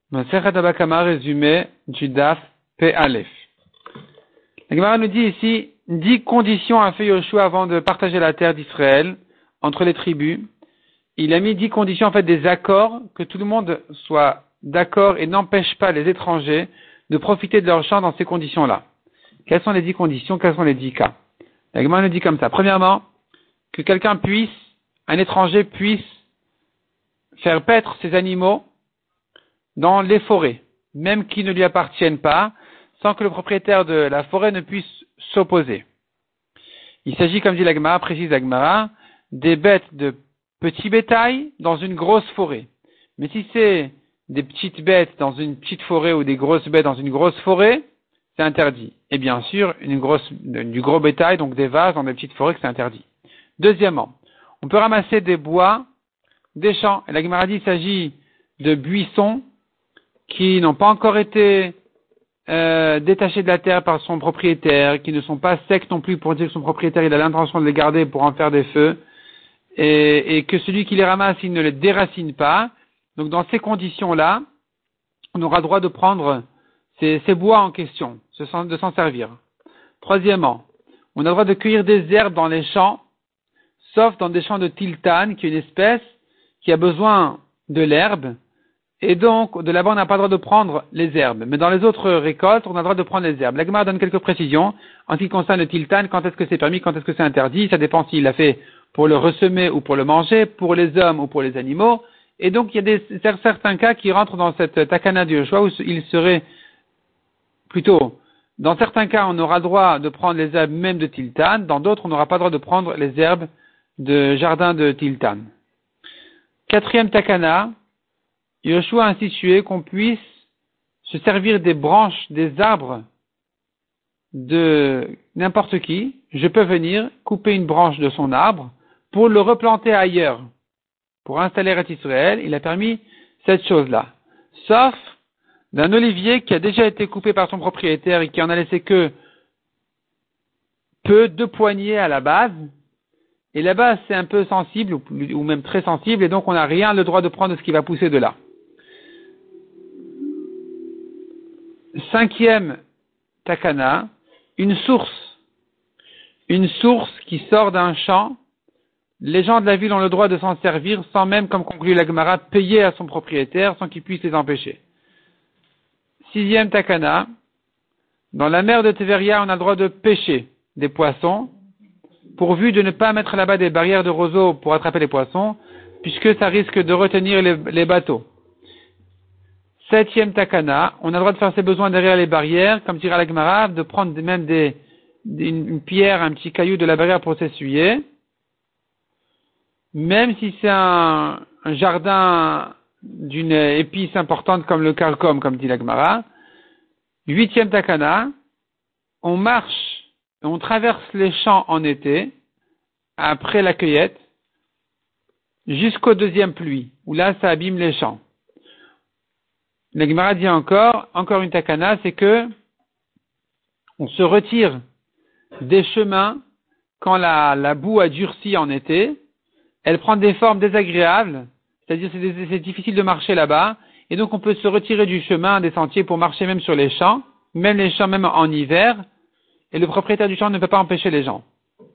Masechet Baba Kama, résumé du Daf P Aleph. La Gemara nous dit ici 10 conditions a fait Yoshua avant de partager la terre d'Israël entre les tribus. Il a mis 10 conditions, en fait des accords, que tout le monde soit d'accord et n'empêche pas les étrangers de profiter de leur champ dans ces conditions-là. Quelles sont les 10 conditions? Quels sont les 10 cas? La Gemara nous dit comme ça. Premièrement, que un étranger puisse faire paître ses animaux dans les forêts, même qui ne lui appartiennent pas, sans que le propriétaire de la forêt ne puisse s'opposer. Il s'agit, comme dit la Gemara, précise la Gemara, des bêtes de petit bétail dans une grosse forêt. Mais si c'est des petites bêtes dans une petite forêt ou des grosses bêtes dans une grosse forêt, c'est interdit. Et bien sûr, du gros bétail, donc des vaches dans des petites forêts, c'est interdit. Deuxièmement, on peut ramasser des bois, des champs. Et la Gemara dit, il s'agit de buissons qui n'ont pas encore été détachés de la terre par son propriétaire, qui ne sont pas secs non plus pour dire que son propriétaire il a l'intention de les garder pour en faire des feux, et que celui qui les ramasse, il ne les déracine pas. Donc dans ces conditions-là, on aura droit de prendre ces bois en question, de s'en servir. Troisièmement, on a le droit de cueillir des herbes dans les champs, sauf dans des champs de tiltan, qui est une espèce qui a besoin de l'herbe, et donc de là-bas on n'a pas le droit de prendre les herbes. Mais dans les autres récoltes, on a le droit de prendre les herbes. La Gemara donne quelques précisions en ce qui concerne le tiltan, quand est-ce que c'est permis, quand est-ce que c'est interdit, ça dépend s'il l'a fait pour le ressemer ou pour le manger, pour les hommes ou pour les animaux. Et donc il y a certains cas qui rentrent dans cette takana du Yoshua où il serait plutôt, dans certains cas on aura le droit de prendre les herbes même de tiltan, dans d'autres on n'aura pas le droit de prendre les herbes de jardin de tiltan. Quatrième takana, Yoshua a institué qu'on puisse se servir des branches des arbres de n'importe qui. Je peux venir couper une branche de son arbre pour le replanter ailleurs. Pour installer Eretz Israël, il a permis cette chose-là. Sauf d'un olivier qui a déjà été coupé par son propriétaire et qui en a laissé que peu, 2 poignées à la base. Et la base, c'est un peu sensible, ou même très sensible, et donc on n'a rien le droit de prendre de ce qui va pousser de là. Cinquième takana, une source qui sort d'un champ. Les gens de la ville ont le droit de s'en servir sans même, comme conclut la Gemara, payer à son propriétaire sans qu'il puisse les empêcher. Sixième takana, dans la mer de Teveria, on a le droit de pêcher des poissons, pourvu de ne pas mettre là-bas des barrières de roseaux pour attraper les poissons, puisque ça risque de retenir les bateaux. Septième takana, on a le droit de faire ses besoins derrière les barrières, comme dira la Gemara, de prendre même une pierre, un petit caillou de la barrière pour s'essuyer, même si c'est un jardin d'une épice importante comme le karkom, comme dit la Gemara. Huitième takana, on marche et on traverse les champs en été, après la cueillette, jusqu'aux deuxièmes pluies, où là ça abîme les champs. La Gemara dit encore une takana, c'est que on se retire des chemins quand la boue a durci en été, elle prend des formes désagréables, c'est-à-dire c'est difficile de marcher là-bas, et donc on peut se retirer du chemin, des sentiers pour marcher même sur les champs, même en hiver, et le propriétaire du champ ne peut pas empêcher les gens.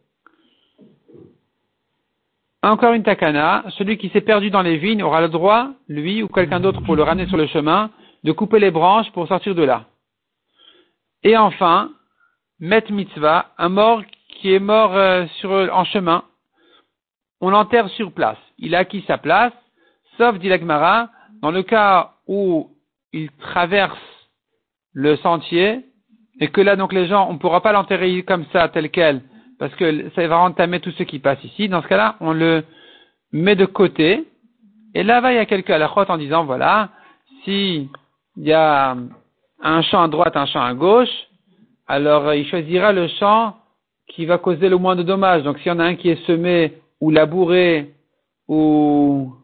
Encore une takana, celui qui s'est perdu dans les vignes aura le droit, lui ou quelqu'un d'autre pour le ramener sur le chemin, de couper les branches pour sortir de là. Et enfin, met mitzvah, un mort qui est mort en chemin, on l'enterre sur place. Il a acquis sa place, sauf, dit la Gemara, dans le cas où il traverse le sentier, et que là donc les gens, on ne pourra pas l'enterrer comme ça, tel quel, parce que ça va entamer tout ce qui passe ici. Dans ce cas-là, on le met de côté. Et là-bas, il y a quelques halakhot en disant, voilà, si il y a un champ à droite, un champ à gauche, alors il choisira le champ qui va causer le moins de dommages. Donc s'il y en a un qui est semé ou labouré, ou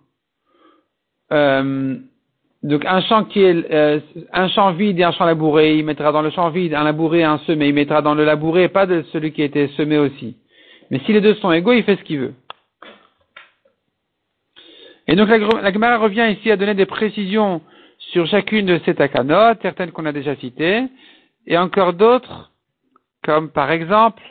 donc un champ qui est un champ vide et un champ labouré, il mettra dans le champ vide un labouré et un semé, il mettra dans le labouré pas de celui qui a été semé aussi. Mais si les deux sont égaux, il fait ce qu'il veut. Et donc la Gemara revient ici à donner des précisions sur chacune de ces takanot, certaines qu'on a déjà citées, et encore d'autres, comme par exemple,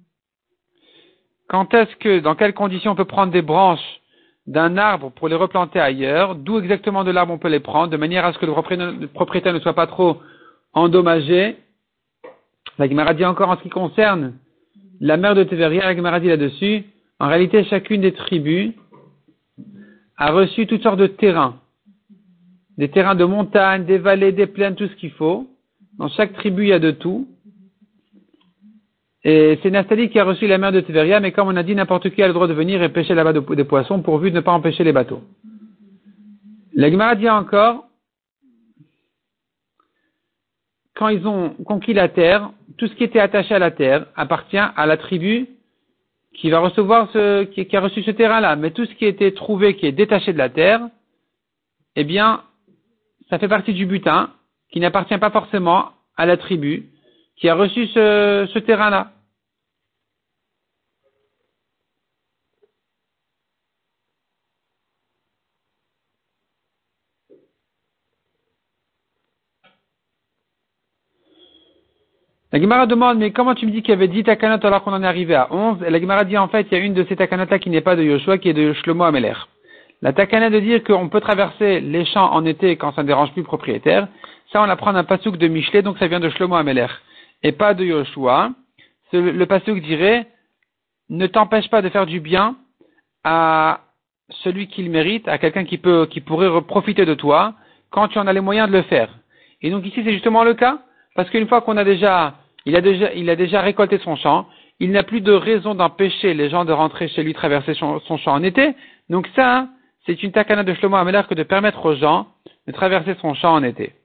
dans quelles conditions on peut prendre des branches d'un arbre pour les replanter ailleurs, d'où exactement de l'arbre on peut les prendre, de manière à ce que le propriétaire ne soit pas trop endommagé. La Gemara dit encore en ce qui concerne la mer de Tévéria, la Gemara dit là-dessus, en réalité chacune des tribus a reçu toutes sortes de terrains. Des terrains de montagne, des vallées, des plaines, tout ce qu'il faut. Dans chaque tribu, il y a de tout. Et c'est Naphtali qui a reçu la mer de Tévéria, mais comme on a dit, n'importe qui a le droit de venir et pêcher là-bas des poissons, pourvu de ne pas empêcher les bateaux. La Gemara dit encore, quand ils ont conquis la terre, tout ce qui était attaché à la terre appartient à la tribu qui va recevoir qui a reçu ce terrain-là. Mais tout ce qui a été trouvé, qui est détaché de la terre, eh bien, ça fait partie du butin, qui n'appartient pas forcément à la tribu qui a reçu ce terrain-là. La Gemara demande, mais comment tu me dis qu'il y avait 10 takanot alors qu'on en est arrivé à 11? Et la Gemara dit, en fait, il y a une de ces takanot-là qui n'est pas de Yoshua, qui est de Shlomo Ameler. La takana de dire qu'on peut traverser les champs en été quand ça ne dérange plus le propriétaire, ça on apprend d'un pasuk de Michelet, donc ça vient de Shlomo Ameler, et pas de Yoshua. Le pasuk dirait, ne t'empêche pas de faire du bien à celui qui le mérite, à quelqu'un qui pourrait profiter de toi, quand tu en as les moyens de le faire. Et donc ici c'est justement le cas, parce qu'une fois qu'il a déjà récolté son champ, il n'a plus de raison d'empêcher les gens de rentrer chez lui traverser son champ en été. Donc ça, c'est une takana de Shlomo Ameler que de permettre aux gens de traverser son champ en été.